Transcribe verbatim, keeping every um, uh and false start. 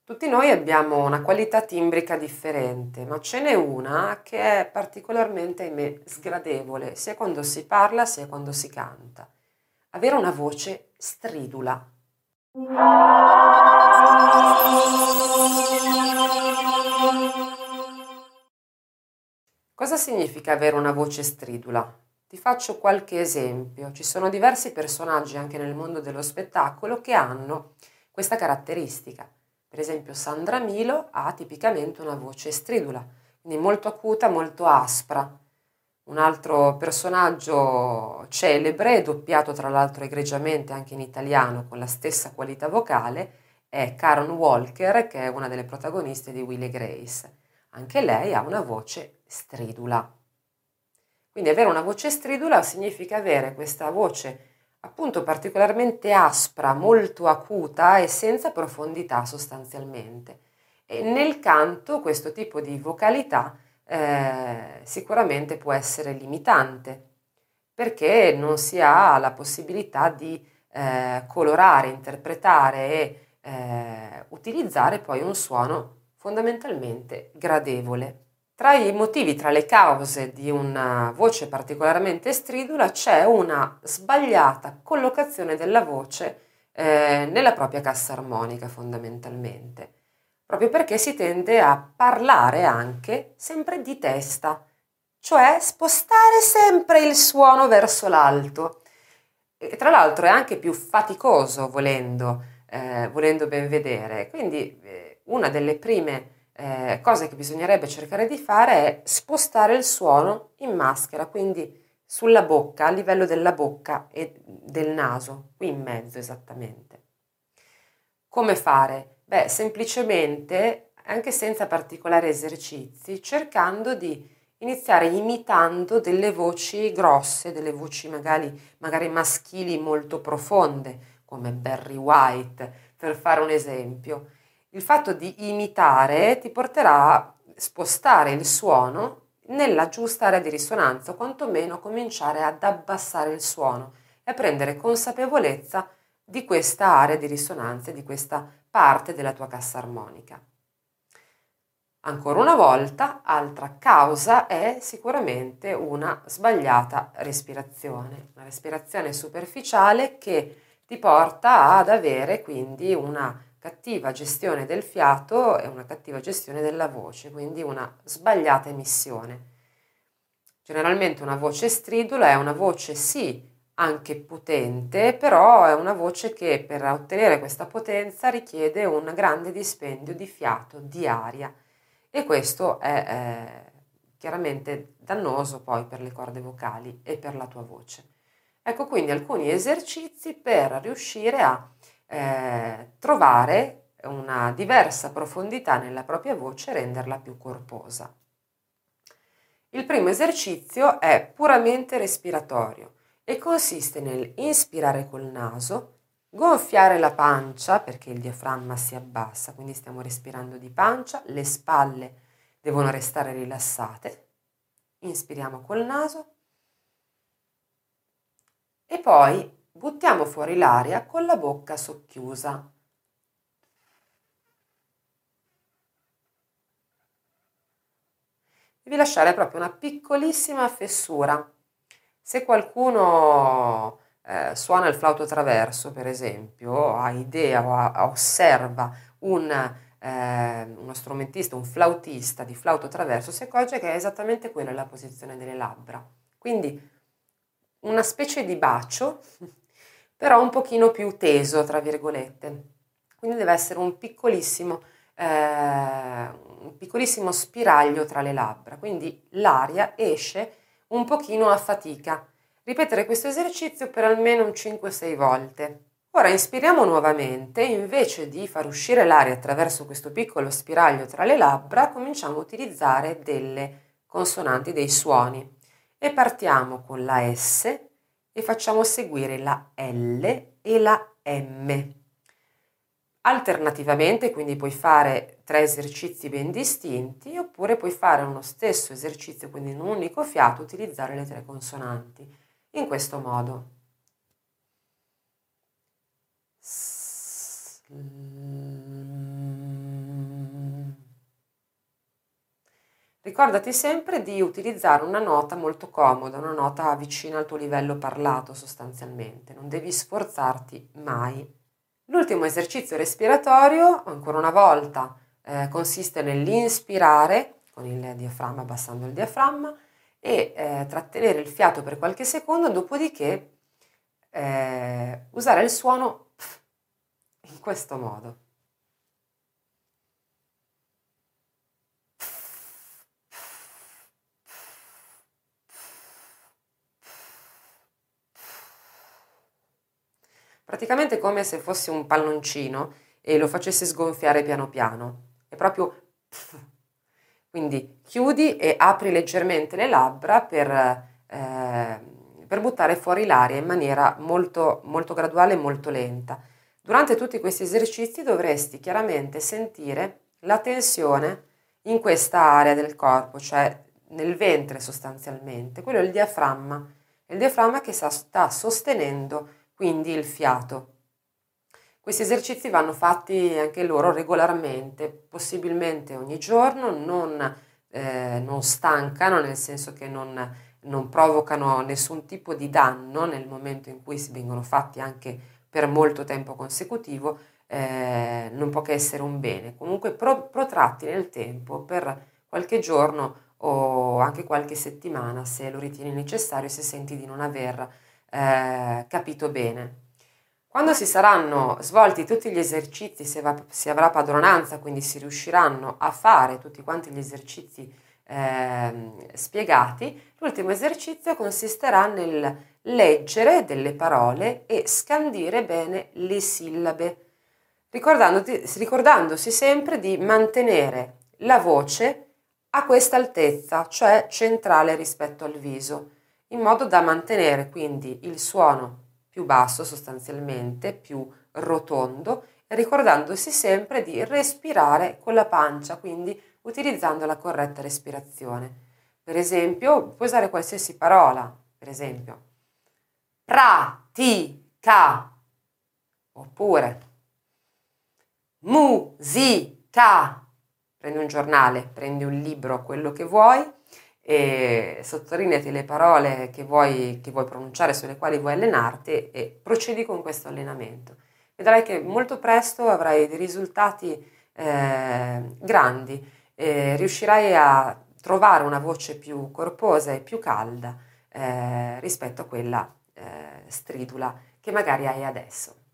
Tutti noi abbiamo una qualità timbrica differente, ma ce n'è una che è particolarmente, ahimè, sgradevole, sia quando si parla sia quando si canta. Avere una voce stridula. Cosa significa avere una voce stridula? Ti faccio qualche esempio. Ci sono diversi personaggi anche nel mondo dello spettacolo che hanno questa caratteristica. Per esempio Sandra Milo ha tipicamente una voce stridula, quindi molto acuta, molto aspra. Un altro personaggio celebre, doppiato tra l'altro egregiamente anche in italiano con la stessa qualità vocale, è Karen Walker, che è una delle protagoniste di Will e Grace. Anche lei ha una voce stridula. Quindi avere una voce stridula significa avere questa voce appunto particolarmente aspra, molto acuta e senza profondità sostanzialmente. E nel canto questo tipo di vocalità eh, sicuramente può essere limitante perché non si ha la possibilità di eh, colorare, interpretare e eh, utilizzare poi un suono fondamentalmente gradevole. Tra i motivi, tra le cause di una voce particolarmente stridula c'è una sbagliata collocazione della voce eh, nella propria cassa armonica fondamentalmente, proprio perché si tende a parlare anche sempre di testa, cioè spostare sempre il suono verso l'alto. E tra l'altro è anche più faticoso volendo, eh, volendo ben vedere. Quindi eh, una delle prime eh, cose che bisognerebbe cercare di fare è spostare il suono in maschera, quindi sulla bocca, a livello della bocca e del naso, qui in mezzo esattamente. Come fare? Beh, semplicemente, anche senza particolari esercizi, cercando di iniziare imitando delle voci grosse, delle voci magari, magari maschili molto profonde, come Barry White, per fare un esempio. Il fatto di imitare ti porterà a spostare il suono nella giusta area di risonanza, o quantomeno cominciare ad abbassare il suono e a prendere consapevolezza di questa area di risonanza e di questa parte della tua cassa armonica. Ancora una volta, altra causa è sicuramente una sbagliata respirazione, una respirazione superficiale che ti porta ad avere quindi una cattiva gestione del fiato e una cattiva gestione della voce, quindi una sbagliata emissione. Generalmente una voce stridula è una voce sì anche potente, però è una voce che per ottenere questa potenza richiede un grande dispendio di fiato, di aria e questo è eh, chiaramente dannoso poi per le corde vocali e per la tua voce. Ecco quindi alcuni esercizi per riuscire a eh, trovare una diversa profondità nella propria voce e renderla più corposa. Il primo esercizio è puramente respiratorio e consiste nel inspirare col naso, gonfiare la pancia perché il diaframma si abbassa, quindi stiamo respirando di pancia, le spalle devono restare rilassate. Inspiriamo col naso e poi buttiamo fuori l'aria con la bocca socchiusa. Devi lasciare proprio una piccolissima fessura. Se qualcuno eh, suona il flauto traverso, per esempio, ha idea o ha- osserva un, eh, uno strumentista, un flautista di flauto traverso, si accorge che è esattamente quella la posizione delle labbra. Quindi una specie di bacio, però un pochino più teso, tra virgolette. Quindi deve essere un piccolissimo, eh, un piccolissimo spiraglio tra le labbra, quindi l'aria esce un pochino a fatica. Ripetere questo esercizio per almeno un cinque sei volte. Ora inspiriamo nuovamente, invece di far uscire l'aria attraverso questo piccolo spiraglio tra le labbra, cominciamo a utilizzare delle consonanti, dei suoni e partiamo con la S e facciamo seguire la L e la M. Alternativamente, quindi puoi fare tre esercizi ben distinti oppure puoi fare uno stesso esercizio, quindi in un unico fiato, utilizzare le tre consonanti. In questo modo. S, l, Ricordati sempre di utilizzare una nota molto comoda, una nota vicina al tuo livello parlato sostanzialmente, non devi sforzarti mai. L'ultimo esercizio respiratorio, ancora una volta, eh, consiste nell'inspirare con il diaframma, abbassando il diaframma, e eh, trattenere il fiato per qualche secondo, dopodiché eh, usare il suono in questo modo. Praticamente come se fosse un palloncino e lo facessi sgonfiare piano piano. È proprio... Quindi chiudi e apri leggermente le labbra per, eh, per buttare fuori l'aria in maniera molto, molto graduale e molto lenta. Durante tutti questi esercizi dovresti chiaramente sentire la tensione in questa area del corpo, cioè nel ventre sostanzialmente. Quello è il diaframma, è il diaframma che sta sostenendo quindi il fiato. Questi esercizi vanno fatti anche loro regolarmente, possibilmente ogni giorno, non, eh, non stancano, nel senso che non, non provocano nessun tipo di danno nel momento in cui si vengono fatti anche per molto tempo consecutivo, eh, non può che essere un bene. Comunque pro, protratti nel tempo per qualche giorno o anche qualche settimana se lo ritieni necessario, se senti di non aver eh, capito bene. Quando si saranno svolti tutti gli esercizi, si, va, si avrà padronanza, quindi si riusciranno a fare tutti quanti gli esercizi eh, spiegati, l'ultimo esercizio consisterà nel leggere delle parole e scandire bene le sillabe, ricordandosi sempre di mantenere la voce a questa altezza, cioè centrale rispetto al viso, in modo da mantenere quindi il suono più basso sostanzialmente, più rotondo, e ricordandosi sempre di respirare con la pancia, quindi utilizzando la corretta respirazione. Per esempio, puoi usare qualsiasi parola, per esempio, pratica, oppure musica. Prendi un giornale, prendi un libro, quello che vuoi, e sottolineati le parole che vuoi, che vuoi pronunciare, sulle quali vuoi allenarti, e procedi con questo allenamento. Vedrai che molto presto avrai dei risultati eh, grandi, e riuscirai a trovare una voce più corposa e più calda eh, rispetto a quella eh, stridula che magari hai adesso.